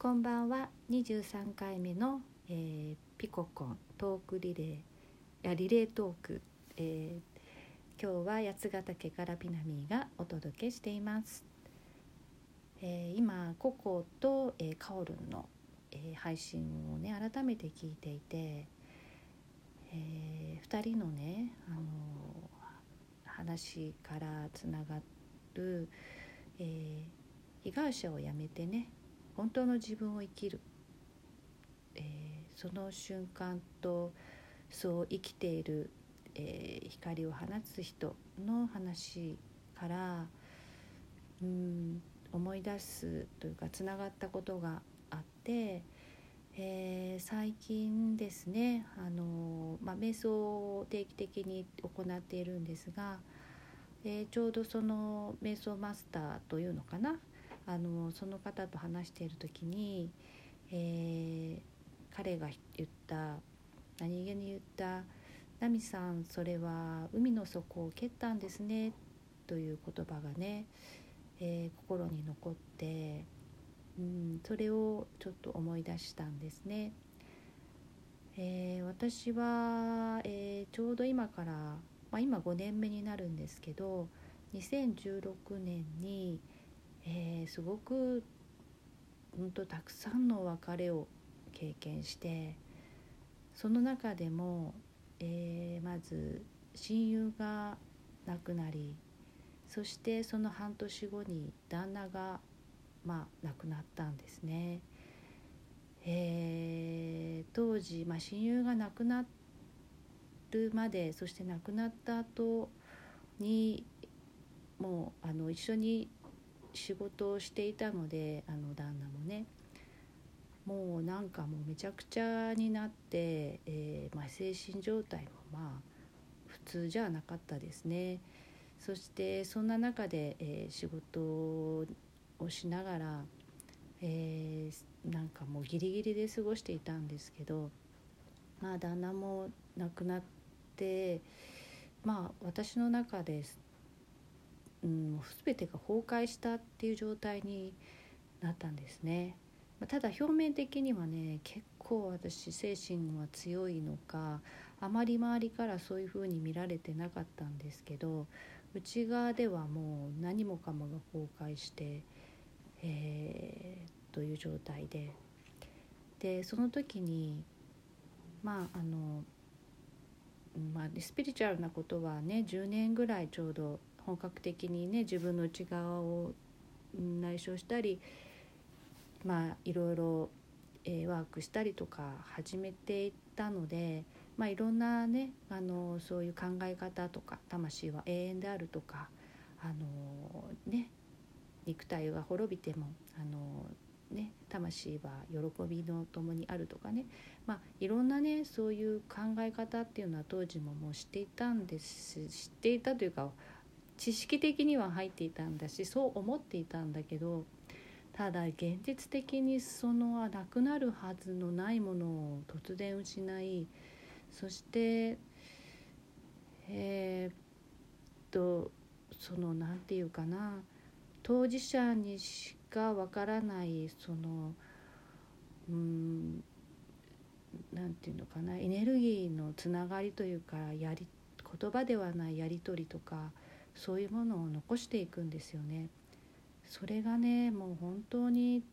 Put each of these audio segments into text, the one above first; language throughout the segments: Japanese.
こんばんは。23回目の、ピココントークリレートーク、今日は八ヶ岳からピナミーがお届けしています。今ココと、カオルンの、配信をね改めて聞いていて、2人のね、話からつながる、被害者をやめてね本当の自分を生きる、その瞬間とそう生きている、光を放つ人の話から思い出すというかつながったことがあって、最近ですね瞑想を定期的に行っているんですが、ちょうどその瞑想マスターというのかなその方と話している時に、彼が何気に言ったナミさんそれは海の底を蹴ったんですねという言葉がね、心に残って、それをちょっと思い出したんですね。私は、ちょうど今から、今5年目になるんですけど2016年にすごくたくさんの別れを経験して、その中でも、まず親友が亡くなり、そしてその半年後に旦那が、亡くなったんですね。当時、親友が亡くなるまで、そして亡くなった後にもう一緒に仕事をしていたので旦那もねもうめちゃくちゃになって、精神状態も普通じゃなかったですね。そしてそんな中で、仕事をしながら、もうギリギリで過ごしていたんですけど、旦那も亡くなって、私の中で全てが崩壊したっていう状態になったんですね。ただ表面的にはね結構私精神は強いのかあまり周りからそういう風に見られてなかったんですけど、内側ではもう何もかもが崩壊して、という状態でその時にスピリチュアルなことはね10年ぐらいちょうど本格的にね自分の内側を内省したりいろいろ、ワークしたりとか始めていったので、いろんなねそういう考え方とか魂は永遠であるとか肉体が滅びても魂は喜びのともにあるとかね、いろんなねそういう考え方っていうのは当時ももう知っていたというか知識的には入っていたんだしそう思っていたんだけど、ただ現実的にそのなくなるはずのないものを突然失い、そしてそのなんていうかな当事者にしかわからないそのなんていうのかなエネルギーのつながりというか言葉ではないやり取りとかそういうものを残していくんですよね。それがねもう本当に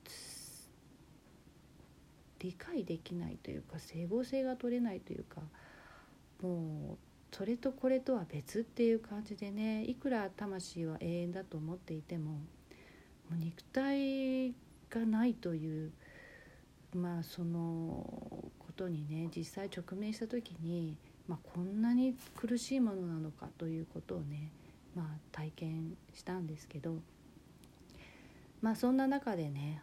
理解できないというか整合性が取れないというか、もうそれとこれとは別っていう感じでね、いくら魂は永遠だと思っていても肉体がないというそのことにね実際直面した時に、こんなに苦しいものなのかということをね、体験したんですけど、そんな中でね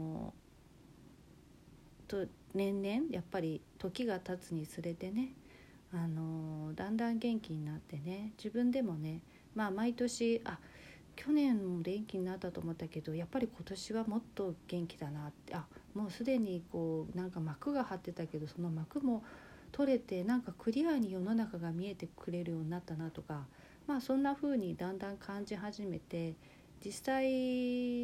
年々やっぱり時が経つにつれてねだんだん元気になってね、自分でもね毎年去年も元気になったと思ったけどやっぱり今年はもっと元気だなって、もうすでに幕が張ってたけどその幕も取れてクリアに世の中が見えてくれるようになったなとか、そんな風にだんだん感じ始めて、実際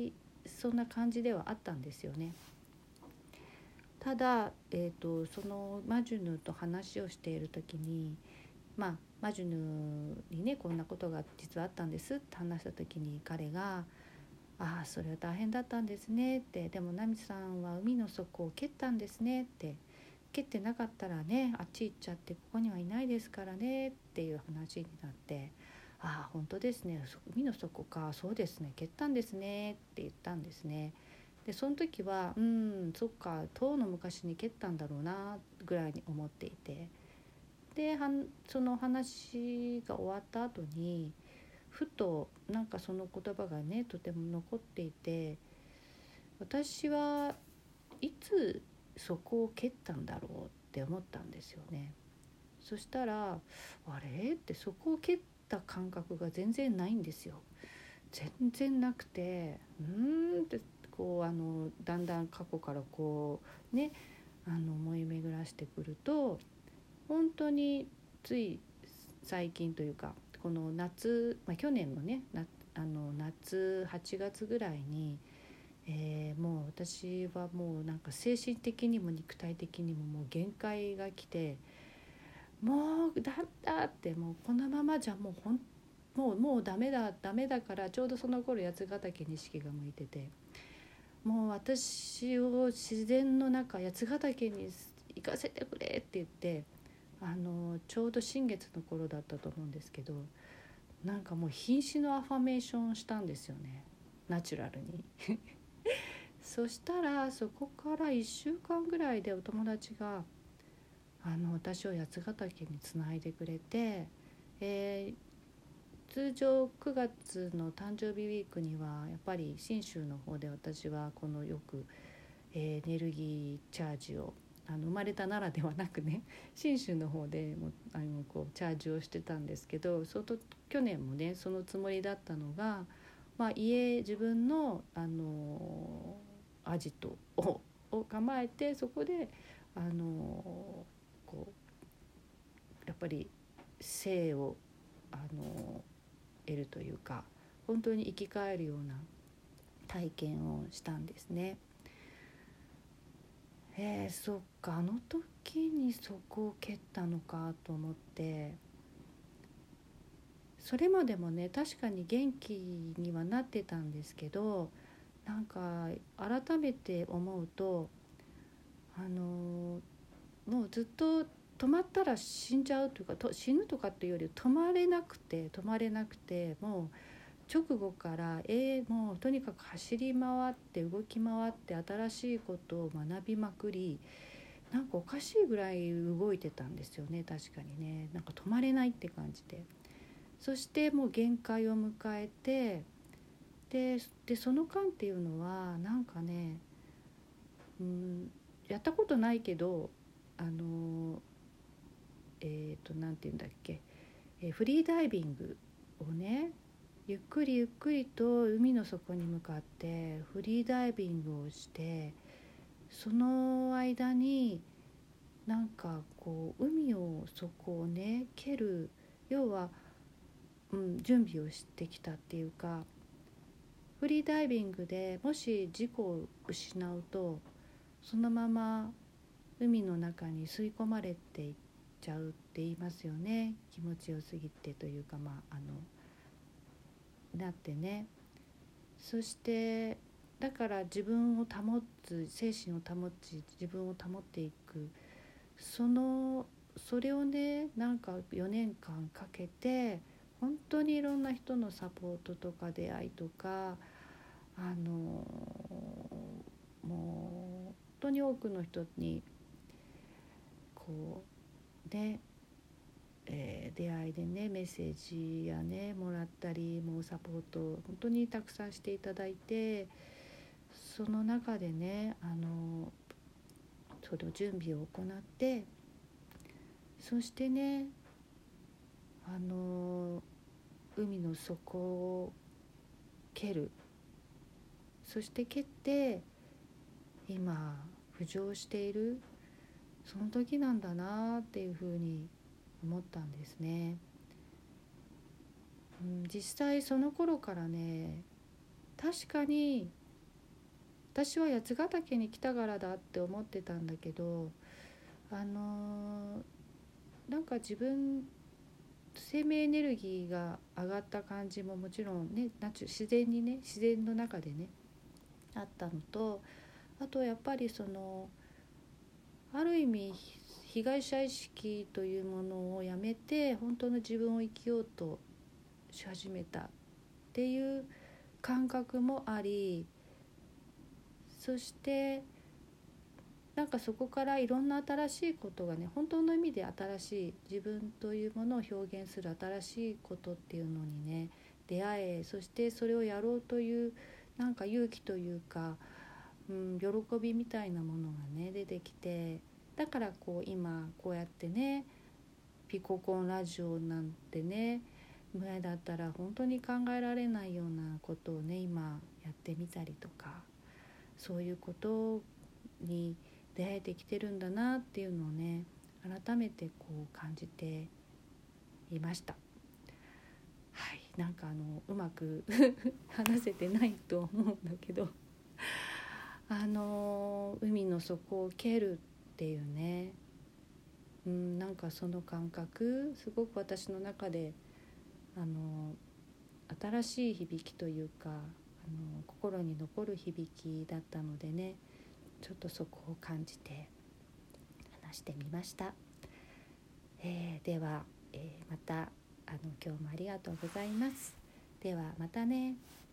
そんな感じではあったんですよね。ただ、そのマジュヌと話をしている時に、マジュヌにねこんなことが実はあったんですって話した時に、彼が「ああそれは大変だったんですね」って、「でもナミさんは海の底を蹴ったんですね」って、「蹴ってなかったらねあっち行っちゃってここにはいないですからね」っていう話になって、「ああ本当ですね、海の底か、そうですね、蹴ったんですね」って言ったんですね。でその時はそっか、とうの昔に蹴ったんだろうなぐらいに思っていて、でその話が終わった後にふとなんかその言葉がねとても残っていて、私はいつそこを蹴ったんだろうって思ったんですよね。そしたらあれって、そこを蹴った感覚が全然ないんですよ。全然なくて、ってこうだんだん過去からこうね思い巡らしてくると、本当につい最近というかこの夏、去年のね夏8月ぐらいに、もう私はもうなんか精神的にも肉体的にももう限界が来て、もうだって、もうこのままじゃもうダメだから、ちょうどその頃八ヶ岳に四季が向いてて、もう私を自然の中八ヶ岳に行かせてくれって言って、ちょうど新月の頃だったと思うんですけど、なんかもう瀕死のアファメーションしたんですよね、ナチュラルにそしたらそこから1週間ぐらいでお友達が私を八ヶ岳につないでくれて、通常9月の誕生日ウィークにはやっぱり信州の方で私はこのよく、エネルギーチャージを生まれた奈良ではなくね信州の方でもこうチャージをしてたんですけど、去年もねそのつもりだったのが、自分のアジトを構えて、そこでこうやっぱり生を得るというか、本当に生き返るような体験をしたんですね。そっか、あの時にそこを蹴ったのかと思って、それまでもね確かに元気にはなってたんですけど、なんか改めて思うともうずっと止まったら死んじゃうというか、死ぬとかっていうより止まれなくて、もう直後からもうとにかく走り回って動き回って新しいことを学びまくり、なんかおかしいぐらい動いてたんですよね。確かにね、なんか止まれないって感じで、そしてもう限界を迎えて、でその間っていうのはなんかね、やったことないけどなんていうんだっけ、フリーダイビングをねゆっくりゆっくりと海の底に向かってフリーダイビングをして、その間になんかこう海を底をね蹴る、要は、準備をしてきたっていうか、フリーダイビングでもし事故を失うとそのまま海の中に吸い込まれていっちゃうって言いますよね。気持ちよすぎてというか、なってね。そしてだから自分を保つ、精神を保ち自分を保っていく、それをねなんか4年間かけて本当にいろんな人のサポートとか出会いとか、もう本当に多くの人にこうね、出会いでねメッセージやねもらったり、もうサポート本当にたくさんしていただいて、その中でねその準備を行って、そしてね海の底を蹴る、そして蹴って今浮上している、その時なんだなっていうふうに思ったんですね。実際その頃からね確かに私は八ヶ岳に来たからだって思ってたんだけど、なんか生命エネルギーが上がった感じももちろんね、自然にね、自然の中でねあったのと、あとやっぱりある意味被害者意識というものをやめて本当の自分を生きようとし始めたっていう感覚もあり、そしてなんかそこからいろんな新しいことがね、本当の意味で新しい自分というものを表現する新しいことっていうのにね出会え、そしてそれをやろうというなんか勇気というか、喜びみたいなものがね出てきて、だから今こうやってねピココンラジオなんてね、前だったら本当に考えられないようなことをね今やってみたりとか、そういうことに出会えてきてるんだなっていうのをね改めて感じていました。はい、なんかうまく話せてないと思うんだけど、海の底を蹴るっていうね、なんかその感覚すごく私の中で新しい響きというか心に残る響きだったのでね、ちょっとそこを感じて話してみました。では、また今日もありがとうございます。ではまたね。